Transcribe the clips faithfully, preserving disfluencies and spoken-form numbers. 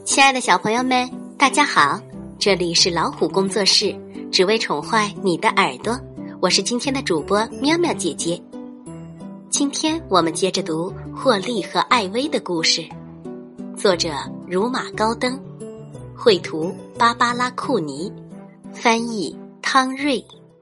亲爱的小朋友们，大家好，这里是老虎工作室，只为宠坏你的耳朵，我是今天的主播喵喵姐姐。今天我们接着读霍利和艾薇的故事，作者如马高登，绘图芭芭拉库尼，翻译汤瑞。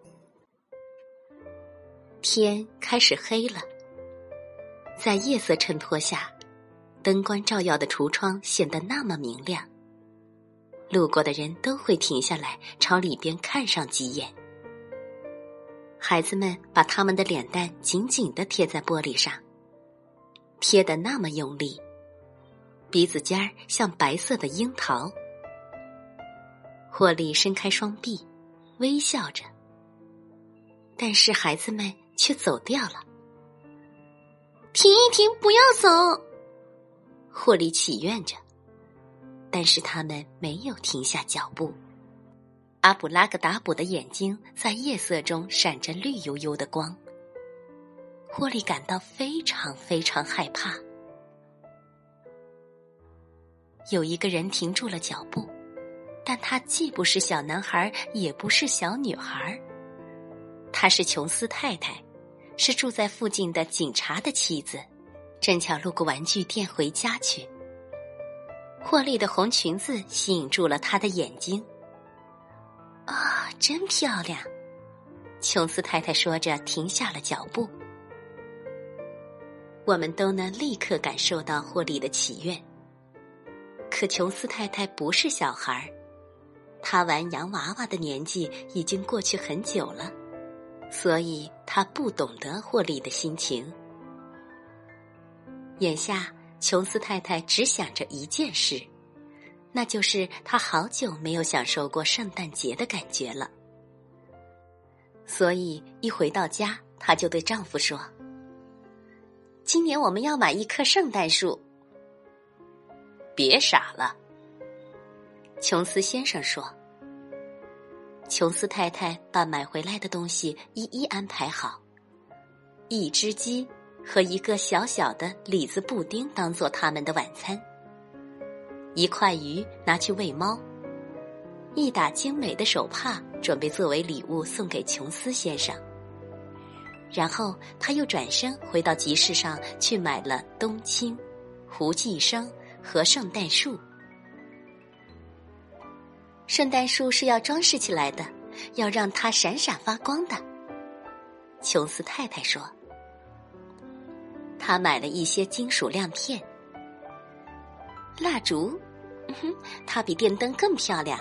天开始黑了，在夜色衬托下，灯光照耀的橱窗显得那么明亮，路过的人都会停下来朝里边看上几眼。孩子们把他们的脸蛋紧紧地贴在玻璃上，贴得那么用力，鼻子尖儿像白色的樱桃。霍利伸开双臂，微笑着，但是孩子们却走掉了。停一停，不要走！霍利祈愿着，但是他们没有停下脚步。阿布拉格达卜的眼睛在夜色中闪着绿油油的光，霍利感到非常非常害怕。有一个人停住了脚步，但他既不是小男孩，也不是小女孩，他是琼斯太太，是住在附近的警察的妻子，正巧路过玩具店回家去。霍利的红裙子吸引住了他的眼睛。啊、哦，真漂亮！琼斯太太说着停下了脚步。我们都能立刻感受到霍利的祈愿。可琼斯太太不是小孩，她玩洋娃娃的年纪已经过去很久了，所以她不懂得霍利的心情。眼下琼斯太太只想着一件事，那就是她好久没有享受过圣诞节的感觉了。所以一回到家，她就对丈夫说：今年我们要买一棵圣诞树。别傻了，琼斯先生说。琼斯太太把买回来的东西一一安排好，一只鸡和一个小小的李子布丁当做他们的晚餐，一块鱼拿去喂猫，一打精美的手帕准备作为礼物送给琼斯先生。然后他又转身回到集市上去买了冬青、胡寄生和圣诞树。圣诞树是要装饰起来的，要让它闪闪发光的，琼斯太太说。他买了一些金属亮片，蜡烛，嗯哼，它比电灯更漂亮。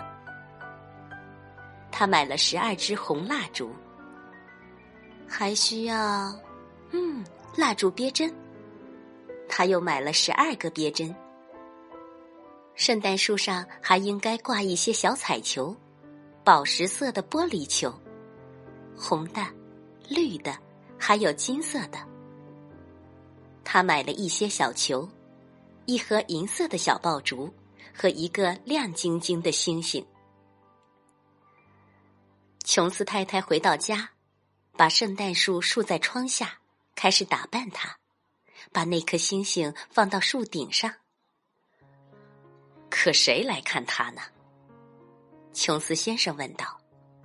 他买了十二支红蜡烛，还需要，嗯，蜡烛别针。他又买了十二个别针。圣诞树上还应该挂一些小彩球，宝石色的玻璃球，红的、绿的，还有金色的。他买了一些小球，一盒银色的小爆竹和一个亮晶晶的星星。琼斯太太回到家，把圣诞树竖在窗下，开始打扮它，把那颗星星放到树顶上。可谁来看它呢？琼斯先生问道。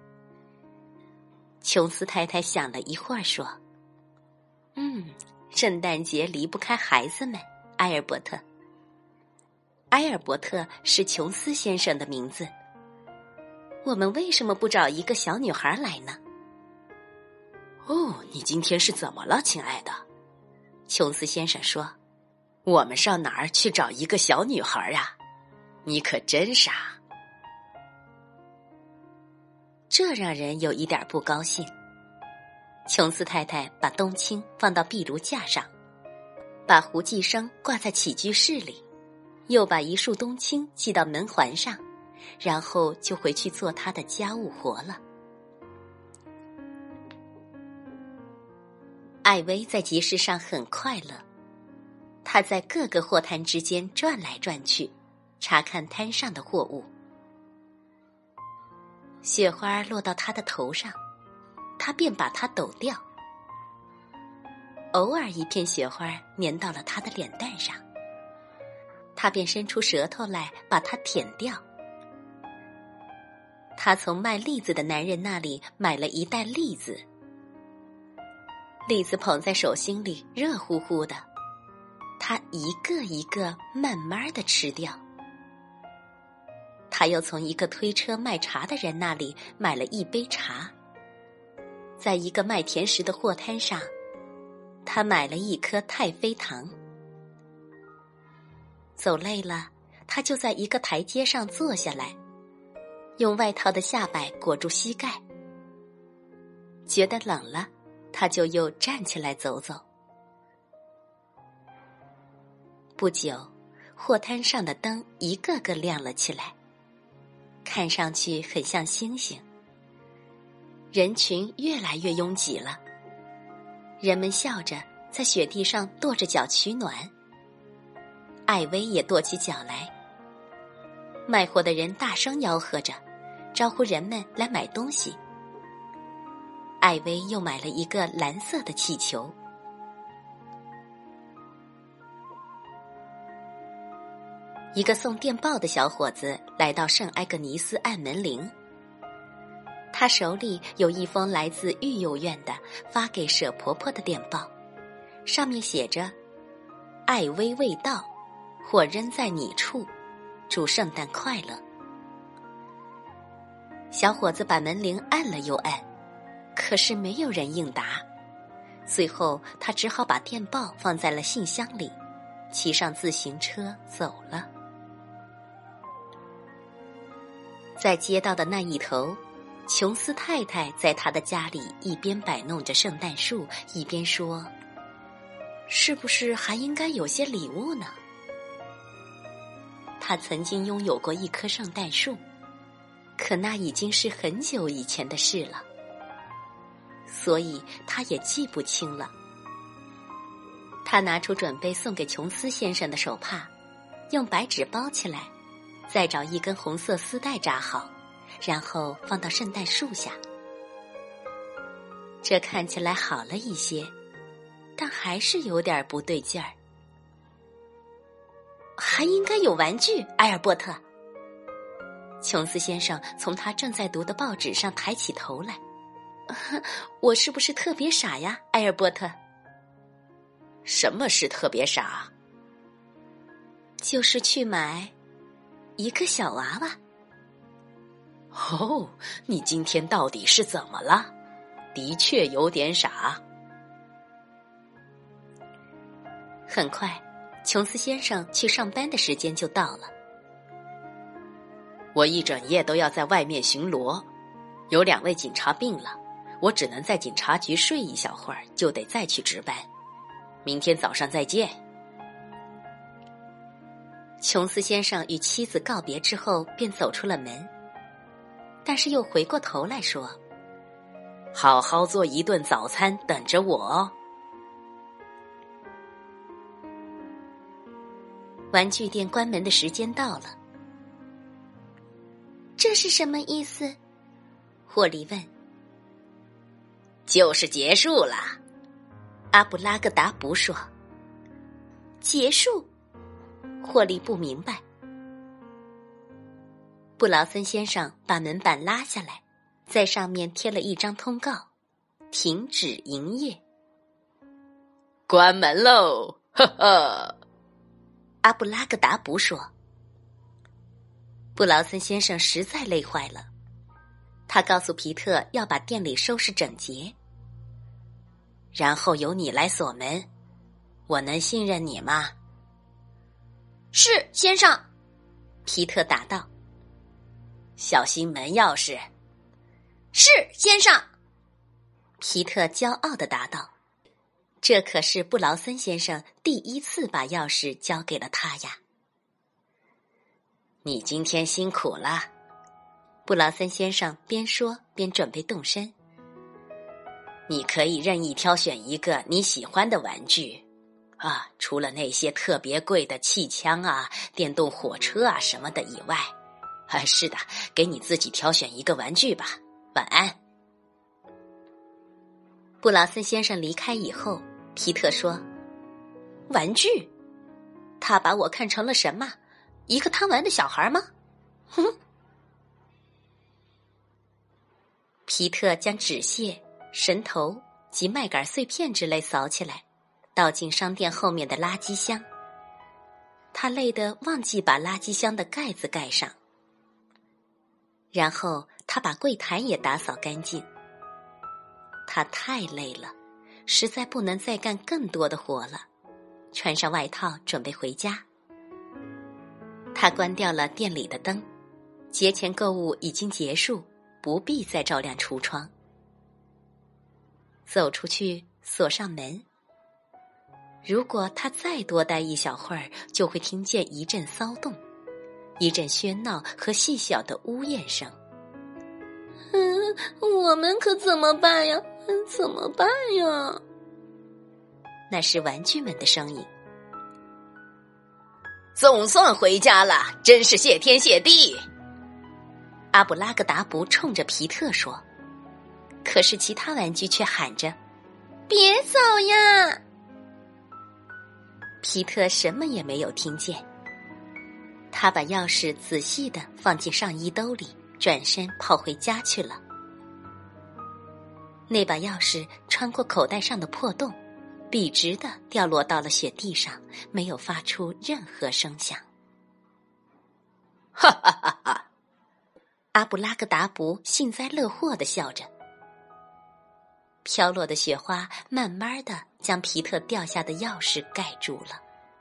琼斯太太想了一会儿说：嗯，圣诞节离不开孩子们，埃尔伯特。埃尔伯特是琼斯先生的名字。我们为什么不找一个小女孩来呢？哦，你今天是怎么了，亲爱的？琼斯先生说。我们上哪儿去找一个小女孩啊？你可真傻。这让人有一点不高兴。琼斯太太把冬青放到壁炉架上，把胡寄生挂在起居室里，又把一束冬青系到门环上，然后就回去做她的家务活了。艾薇在集市上很快乐，她在各个货摊之间转来转去，查看摊上的货物。雪花落到她的头上，她便把它抖掉。偶尔一片雪花粘到了她的脸蛋上， 他便伸出舌头来把它舔掉。他从卖栗子的男人那里买了一袋栗子，栗子捧在手心里热乎乎的，他一个一个慢慢地吃掉。他又从一个推车卖茶的人那里买了一杯茶，在一个卖甜食的货摊上，他买了一颗太妃糖。走累了，他就在一个台阶上坐下来，用外套的下摆裹住膝盖。觉得冷了，他就又站起来走走。不久，货摊上的灯一个个亮了起来，看上去很像星星。人群越来越拥挤了，人们笑着在雪地上跺着脚取暖。艾薇也跺起脚来，卖货的人大声吆喝着，招呼人们来买东西。艾薇又买了一个蓝色的气球。一个送电报的小伙子来到圣埃格尼斯按门铃，他手里有一封来自育幼院的发给舍婆婆的电报，上面写着：艾薇未到，或扔在你处，祝圣诞快乐。小伙子把门铃按了又按，可是没有人应答。最后他只好把电报放在了信箱里，骑上自行车走了。在街道的那一头，琼斯太太在她的家里一边摆弄着圣诞树，一边说：是不是还应该有些礼物呢？她曾经拥有过一棵圣诞树，可那已经是很久以前的事了，所以她也记不清了。她拿出准备送给琼斯先生的手帕，用白纸包起来，再找一根红色丝带扎好，然后放到圣诞树下。这看起来好了一些，但还是有点不对劲儿。还应该有玩具，埃尔伯特。琼斯先生从他正在读的报纸上抬起头来。我是不是特别傻呀，埃尔伯特？什么是特别傻？就是去买一个小娃娃。哦，你今天到底是怎么了？的确有点傻。很快，琼斯先生去上班的时间就到了。我一整夜都要在外面巡逻，有两位警察病了，我只能在警察局睡一小会儿，就得再去值班。明天早上再见。琼斯先生与妻子告别之后便走出了门，但是又回过头来说：好好做一顿早餐等着我哦。玩具店关门的时间到了。这是什么意思？霍利问。就是结束了，阿布拉格达布说。结束？霍利不明白。布劳森先生把门板拉下来，在上面贴了一张通告：停止营业。关门喽，呵呵。阿布拉格达布说。布劳森先生实在累坏了，他告诉皮特要把店里收拾整洁，然后由你来锁门。我能信任你吗？是，先生。皮特答道。小心门钥匙。是，先生。皮特骄傲地答道。这可是布劳森先生第一次把钥匙交给了他呀。你今天辛苦了，布劳森先生边说边准备动身。你可以任意挑选一个你喜欢的玩具啊，除了那些特别贵的气枪啊、电动火车啊什么的以外。啊，是的，给你自己挑选一个玩具吧。晚安。布劳森先生离开以后，皮特说：玩具？ 他把我看成了什么？一个贪玩的小孩吗？哼！皮特将纸屑、神头及麦秆碎片之类扫起来，倒进商店后面的垃圾箱。他累得忘记把垃圾箱的盖子盖上。然后他把柜台也打扫干净。他太累了，实在不能再干更多的活了，穿上外套准备回家。他关掉了店里的灯，节前购物已经结束，不必再照亮橱窗。走出去，锁上门。如果他再多待一小会儿，就会听见一阵骚动，一阵喧闹和细小的呜咽声。 嗯，我们可怎么办呀？怎么办呀？ 那是玩具们的声音。 总算回家了，真是谢天谢地。 阿布拉格达布冲着皮特说，可是其他玩具却喊着： 别走呀！ 皮特什么也没有听见。他把钥匙仔细地放进上衣兜里，转身跑回家去了。那把钥匙穿过口袋上的破洞，笔直地掉落到了雪地上，没有发出任何声响。 哈哈哈哈！ 阿布拉格达布幸灾乐祸地笑着。飘落的雪花慢慢地将皮特掉下的钥匙盖住了。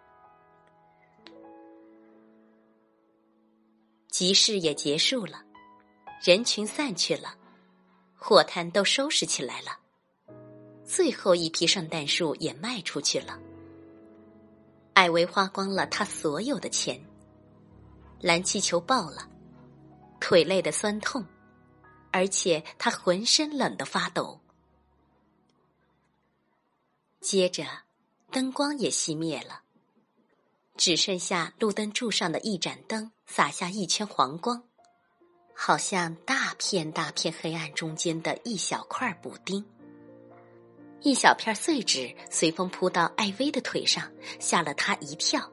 集市也结束了，人群散去了，货摊都收拾起来了，最后一批圣诞树也卖出去了。艾薇花光了她所有的钱，蓝气球爆了，腿累得酸痛，而且她浑身冷得发抖。接着灯光也熄灭了，只剩下路灯柱上的一盏灯洒下一圈黄光，好像大片大片黑暗中间的一小块补丁。一小片碎纸随风扑到艾薇的腿上，吓了她一跳。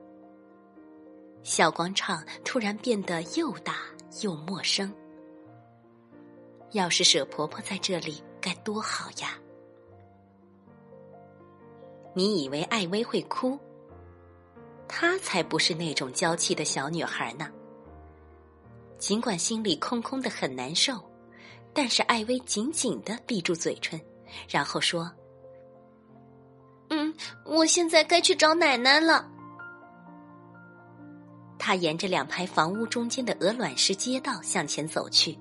小广场突然变得又大又陌生。要是舍婆婆在这里该多好呀！你以为艾薇会哭？她才不是那种娇气的小女孩呢。尽管心里空空的很难受，但是艾薇紧紧地闭住嘴唇，然后说： 嗯，我现在该去找奶奶了。 她沿着两排房屋中间的鹅卵石街道向前走去。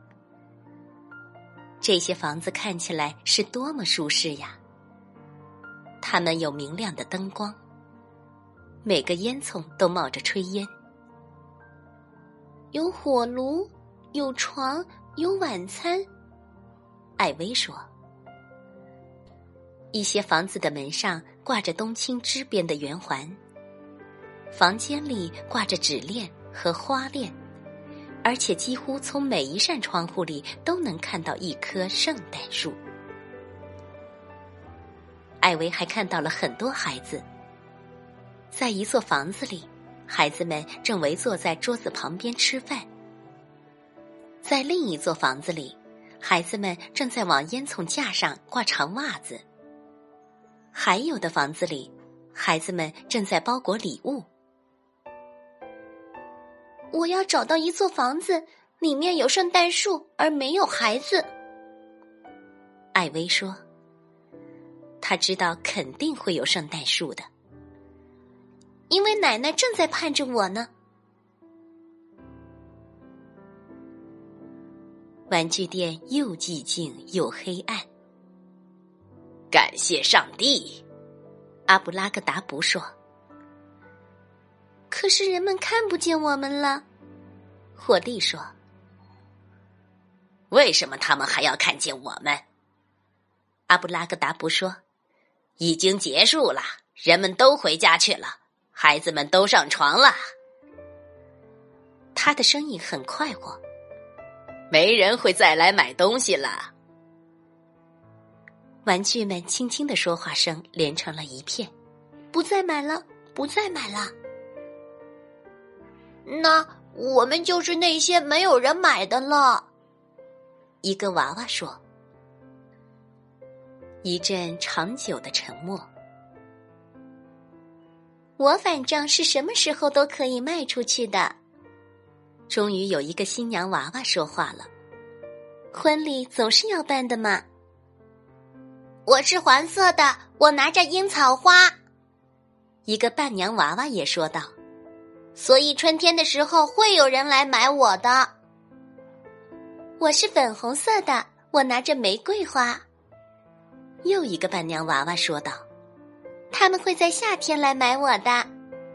这些房子看起来是多么舒适呀！它们有明亮的灯光，每个烟囱都冒着炊烟， 有火炉，有床，有晚餐。 艾薇说。一些房子的门上挂着冬青织编的圆环，房间里挂着纸链和花链，而且几乎从每一扇窗户里都能看到一棵圣诞树。艾薇还看到了很多孩子，在一座房子里，孩子们正围坐在桌子旁边吃饭。在另一座房子里，孩子们正在往烟囱架上挂长袜子。还有的房子里，孩子们正在包裹礼物。 我要找到一座房子，里面有圣诞树，而没有孩子。 艾薇说。她知道肯定会有圣诞树的， 因为奶奶正在盼着我呢。 玩具店又寂静又黑暗。 感谢上帝， 阿布拉格达布说。 可是人们看不见我们了， 霍利说。 为什么他们还要看见我们？ 阿布拉格达布说。 已经结束了，人们都回家去了，孩子们都上床了。 他的声音很快活。 没人会再来买东西了。 玩具们轻轻的说话声连成了一片。 不再买了， 不再买了。那我们就是那些没有人买的了。 一个娃娃说。一阵长久的沉默。 我反正是什么时候都可以卖出去的。 终于有一个新娘娃娃说话了。 婚礼总是要办的嘛。我是黄色的，我拿着樱草花。 一个伴娘娃娃也说道。 所以春天的时候会有人来买我的。我是粉红色的，我拿着玫瑰花。 又一个伴娘娃娃说道。 他们会在夏天来买我的。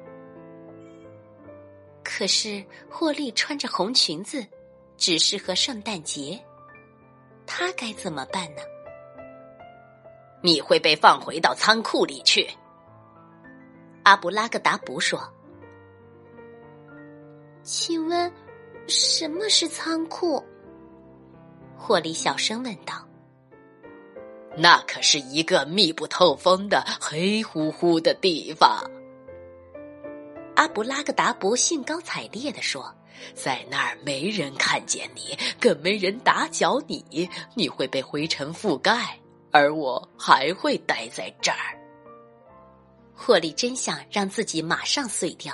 可是霍利穿着红裙子，只适合圣诞节，她该怎么办呢？ 你会被放回到仓库里去。 阿布拉格达布说。 请问什么是仓库？ 霍利小声问道。 那可是一个密不透风的黑乎乎的地方。 阿布拉格达布兴高采烈地说， 在那儿没人看见你，更没人打搅你，你会被灰尘覆盖，而我还会待在这儿。 霍利真想让自己马上碎掉。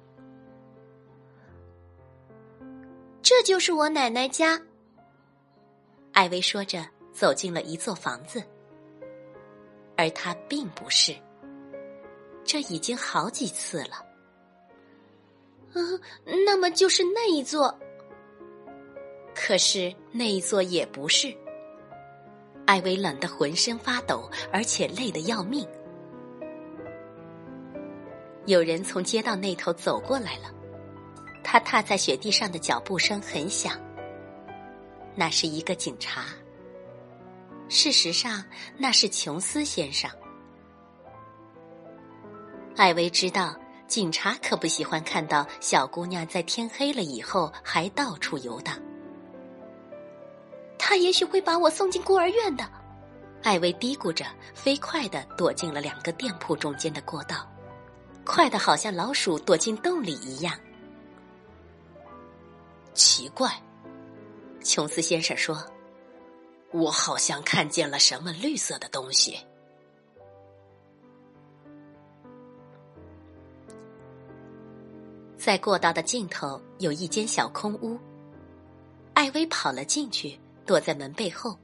这就是我奶奶家。 艾薇说着走进了一座房子。而他并不是，这已经好几次了。 嗯，那么就是那一座。 可是那一座也不是。艾薇冷得浑身发抖，而且累得要命。有人从街道那头走过来了，他踏在雪地上的脚步声很响。那是一个警察。事实上，那是琼斯先生。艾薇知道，警察可不喜欢看到小姑娘在天黑了以后还到处游荡。 他也许会把我送进孤儿院的。 艾薇嘀咕着，飞快地躲进了两个店铺中间的过道，快得好像老鼠躲进洞里一样。 奇怪， 琼斯先生说， 我好像看见了什么绿色的东西。 在过道的尽头有一间小空屋。艾薇跑了进去，躲在门背后。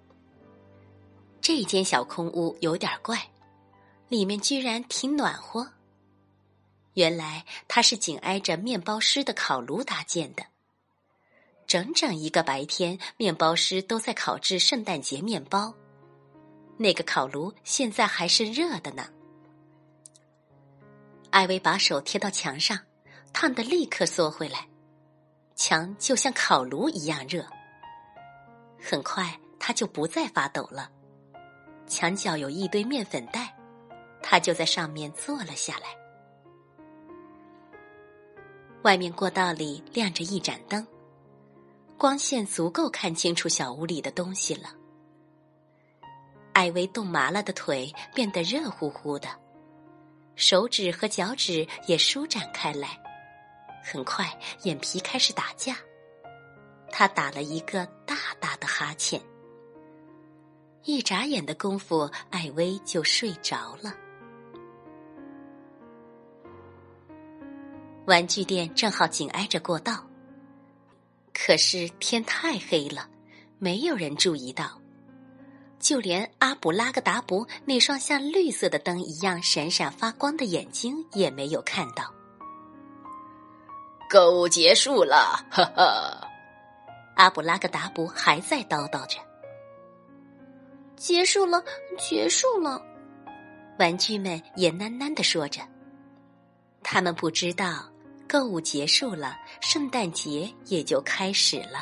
这间小空屋有点怪，里面居然挺暖和。原来它是紧挨着面包师的烤炉搭建的。整整一个白天，面包师都在烤制圣诞节面包。那个烤炉现在还是热的呢。艾薇把手贴到墙上，烫得立刻缩回来。墙就像烤炉一样热。很快，他就不再发抖了。墙角有一堆面粉袋，他就在上面坐了下来。外面过道里亮着一盏灯。光线足够看清楚小屋里的东西了。艾薇冻麻了的腿变得热乎乎的，手指和脚趾也舒展开来。很快，眼皮开始打架。她打了一个大大的哈欠。一眨眼的功夫，艾薇就睡着了。玩具店正好紧挨着过道。可是天太黑了，没有人注意到，就连阿布拉格达布那双像绿色的灯一样闪闪发光的眼睛也没有看到。 购物结束了，哈哈！ 阿布拉格达布还在叨叨着。 结束了，结束了。 玩具们也喃喃地说着。他们不知道，购物结束了，圣诞节也就开始了。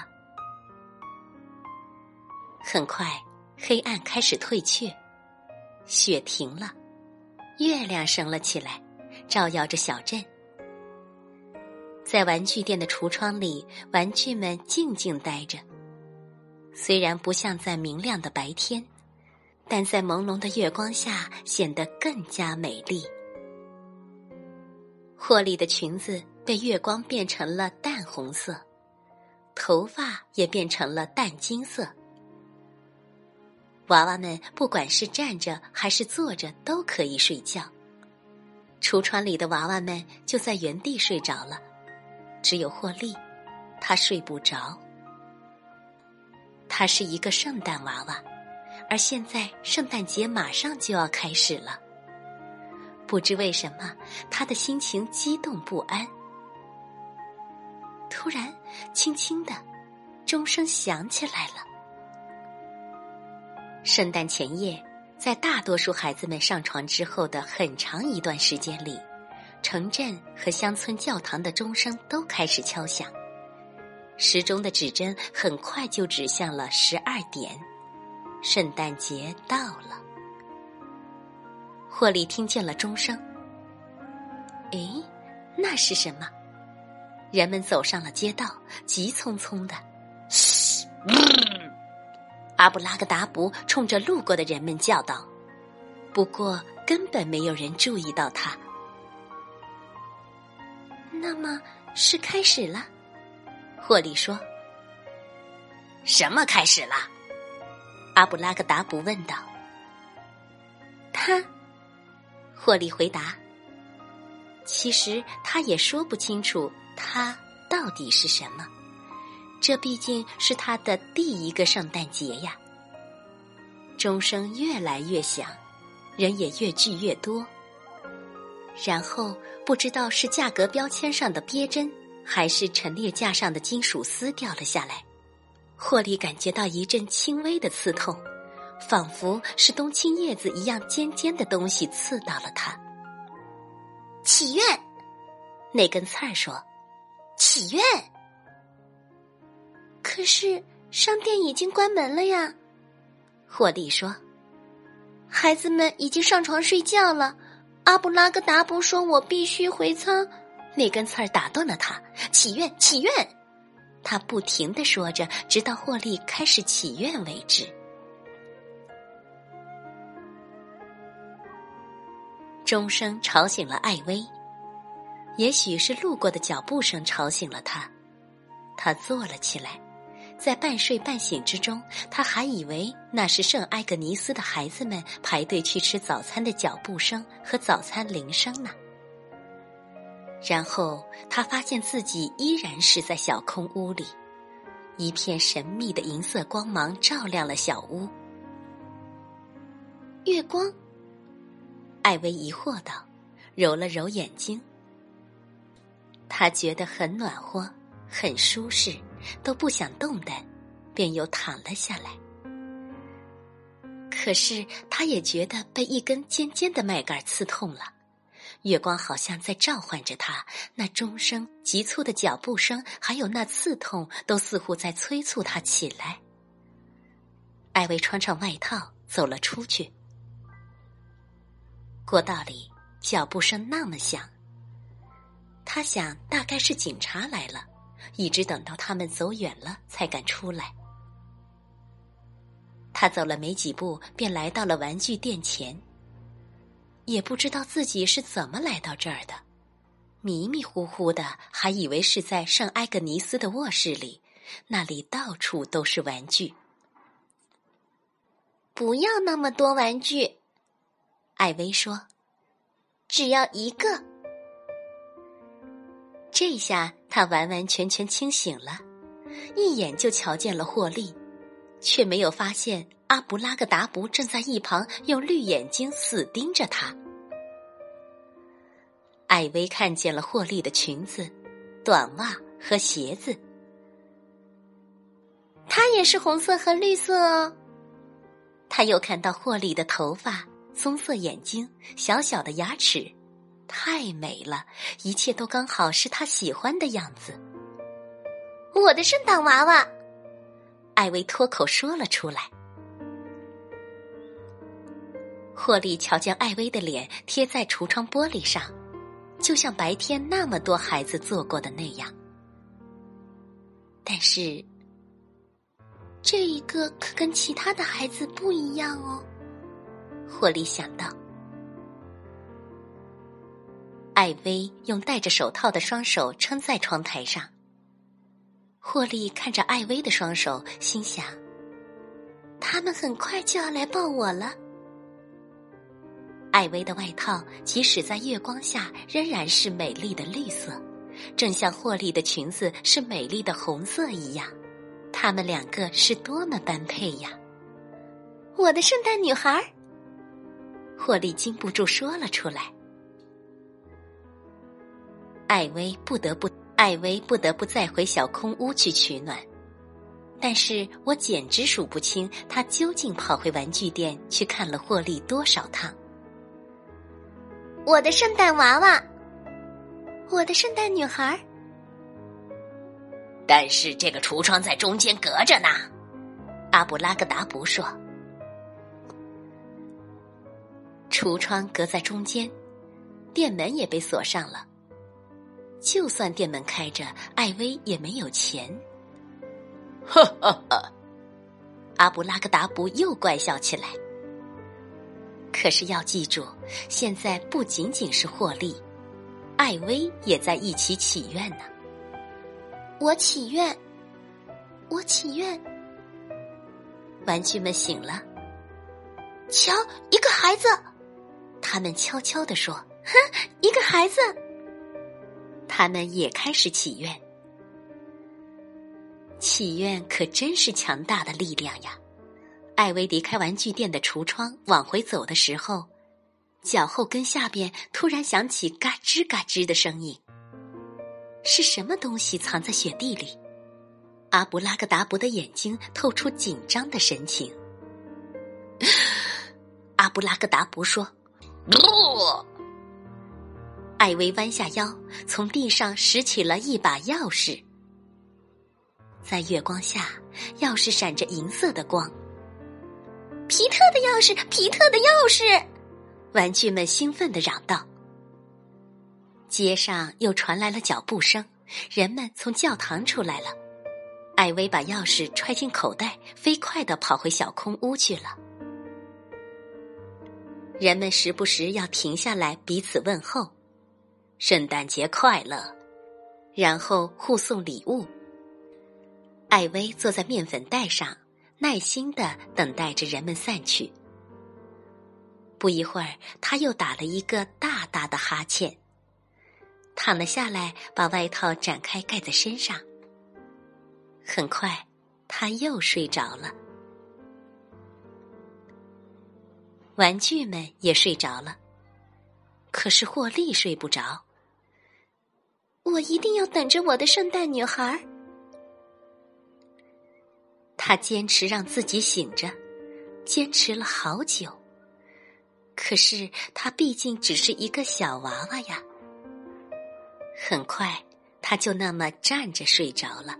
很快，黑暗开始退却，雪停了，月亮升了起来，照耀着小镇。在玩具店的橱窗里，玩具们静静待着。虽然不像在明亮的白天，但在朦胧的月光下显得更加美丽。 霍利的裙子被月光变成了淡红色，头发也变成了淡金色。娃娃们不管是站着还是坐着都可以睡觉。橱窗里的娃娃们就在原地睡着了，只有霍利，他睡不着。他是一个圣诞娃娃，而现在圣诞节马上就要开始了。不知为什么，他的心情激动不安。突然，轻轻的，钟声响起来了。圣诞前夜，在大多数孩子们上床之后的很长一段时间里，城镇和乡村教堂的钟声都开始敲响，时钟的指针很快就指向了十二点，圣诞节到了。霍利听见了钟声，诶，那是什么？人们走上了街道，急匆匆的。嘘！阿布拉格达布冲着路过的人们叫道，不过根本没有人注意到他。那么是开始了？霍利说。什么开始了？阿布拉格达布问道。他，霍利回答。其实他也说不清楚他到底是什么，这毕竟是他的第一个圣诞节呀。钟声越来越响，人也越聚越多。然后不知道是价格标签上的鳖针，还是陈列架上的金属丝掉了下来。霍利感觉到一阵轻微的刺痛，仿佛是冬青叶子一样尖尖的东西刺到了他。 祈愿， 那根刺儿说。 祈愿。可是商店已经关门了呀。 霍利说。 孩子们已经上床睡觉了。阿布拉格达布说我必须回仓。 那根刺儿打断了他。祈愿，祈愿。他不停地说着，直到霍利开始祈愿为止。钟声吵醒了艾薇，也许是路过的脚步声吵醒了他。他坐了起来，在半睡半醒之中，他还以为那是圣埃格尼斯的孩子们排队去吃早餐的脚步声和早餐铃声呢。然后他发现自己依然是在小空屋里，一片神秘的银色光芒照亮了小屋。 月光？ 艾薇疑惑道，揉了揉眼睛。他觉得很暖和，很舒适，都不想动弹，便又躺了下来。可是他也觉得被一根尖尖的麦秆刺痛了。月光好像在召唤着他，那钟声、急促的脚步声，还有那刺痛，都似乎在催促他起来。艾薇穿上外套，走了出去。过道里脚步声那么响，他想大概是警察来了，一直等到他们走远了才敢出来。他走了没几步，便来到了玩具店前。也不知道自己是怎么来到这儿的，迷迷糊糊的，还以为是在圣埃格尼斯的卧室里，那里到处都是玩具。 不要那么多玩具， 艾薇说， 只要一个。 这下他完完全全清醒了，一眼就瞧见了霍利，却没有发现阿布拉格达布正在一旁用绿眼睛死盯着他。艾薇看见了霍利的裙子、短袜和鞋子。 它也是红色和绿色哦。 他又看到霍利的头发、棕色眼睛、小小的牙齿，太美了，一切都刚好是他喜欢的样子。 我的圣诞娃娃， 艾薇脱口说了出来。霍利瞧见艾薇的脸贴在橱窗玻璃上，就像白天那么多孩子做过的那样。但是这一个可跟其他的孩子不一样哦， 霍利想到。 艾薇用戴着手套的双手撑在窗台上。霍利看着艾薇的双手，心想： 他们很快就要来抱我了。 艾薇的外套即使在月光下仍然是美丽的绿色，正像霍利的裙子是美丽的红色一样。他们两个是多么般配呀！ 我的圣诞女孩， 霍利禁不住说了出来。艾薇不得不艾薇不得不再回小空屋去取暖，但是我简直数不清她究竟跑回玩具店去看了霍利多少趟。 我的圣诞娃娃，我的圣诞女孩。 但是这个橱窗在中间隔着呢， 阿布拉格达布说。橱窗隔在中间，店门也被锁上了。就算店门开着，艾薇也没有钱。 呵呵呵， 阿布拉格达布又怪笑起来。可是要记住，现在不仅仅是霍利，艾薇也在一起祈愿呢。 我祈愿，我祈愿。 玩具们醒了， 瞧，一个孩子， 他们悄悄地说：“ 哼，一个孩子。” 他们也开始祈愿。祈愿可真是强大的力量呀！艾薇离开玩具店的橱窗往回走的时候，脚后跟下边突然响起嘎吱嘎吱的声音。是什么东西藏在雪地里？阿布拉格达布的眼睛透出紧张的神情。阿布拉格达布说：“ 不！” 艾薇弯下腰，从地上拾起了一把钥匙。在月光下，钥匙闪着银色的光。 皮特的钥匙，皮特的钥匙！ 玩具们兴奋地嚷道。街上又传来了脚步声，人们从教堂出来了。艾薇把钥匙揣进口袋，飞快地跑回小空屋去了。人们时不时要停下来彼此问候，圣诞节快乐，然后互送礼物。艾薇坐在面粉袋上，耐心地等待着人们散去。不一会儿，他又打了一个大大的哈欠，躺了下来，把外套展开盖在身上。很快，他又睡着了。玩具们也睡着了，可是霍利睡不着。 我一定要等着我的圣诞女孩。 他坚持让自己醒着，坚持了好久。可是他毕竟只是一个小娃娃呀。很快，他就那么站着睡着了。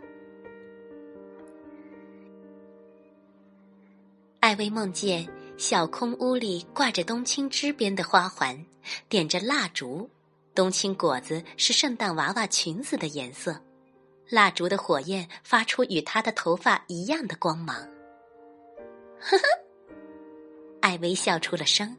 艾薇梦见小空屋里挂着冬青枝边的花环，点着蜡烛，冬青果子是圣诞娃娃裙子的颜色，蜡烛的火焰发出与她的头发一样的光芒。呵呵，艾薇笑出了声。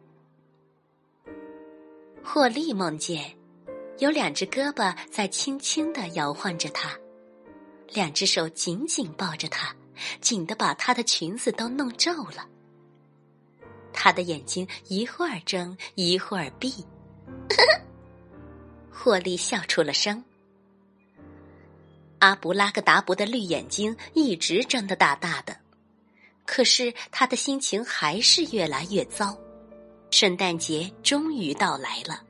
霍利梦见有两只胳膊在轻轻地摇晃着她，两只手紧紧抱着她，紧得把她的裙子都弄皱了。她的眼睛一会儿睁一会儿闭。霍利笑出了声。阿布拉格达布的绿眼睛一直睁得大大的，可是他的心情还是越来越糟。圣诞节终于到来了。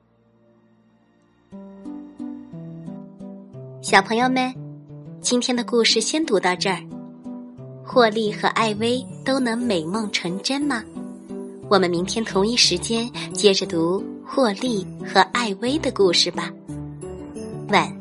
小朋友们，今天的故事先读到这儿。霍利和艾薇都能美梦成真吗？我们明天同一时间接着读霍利和艾薇的故事吧。晚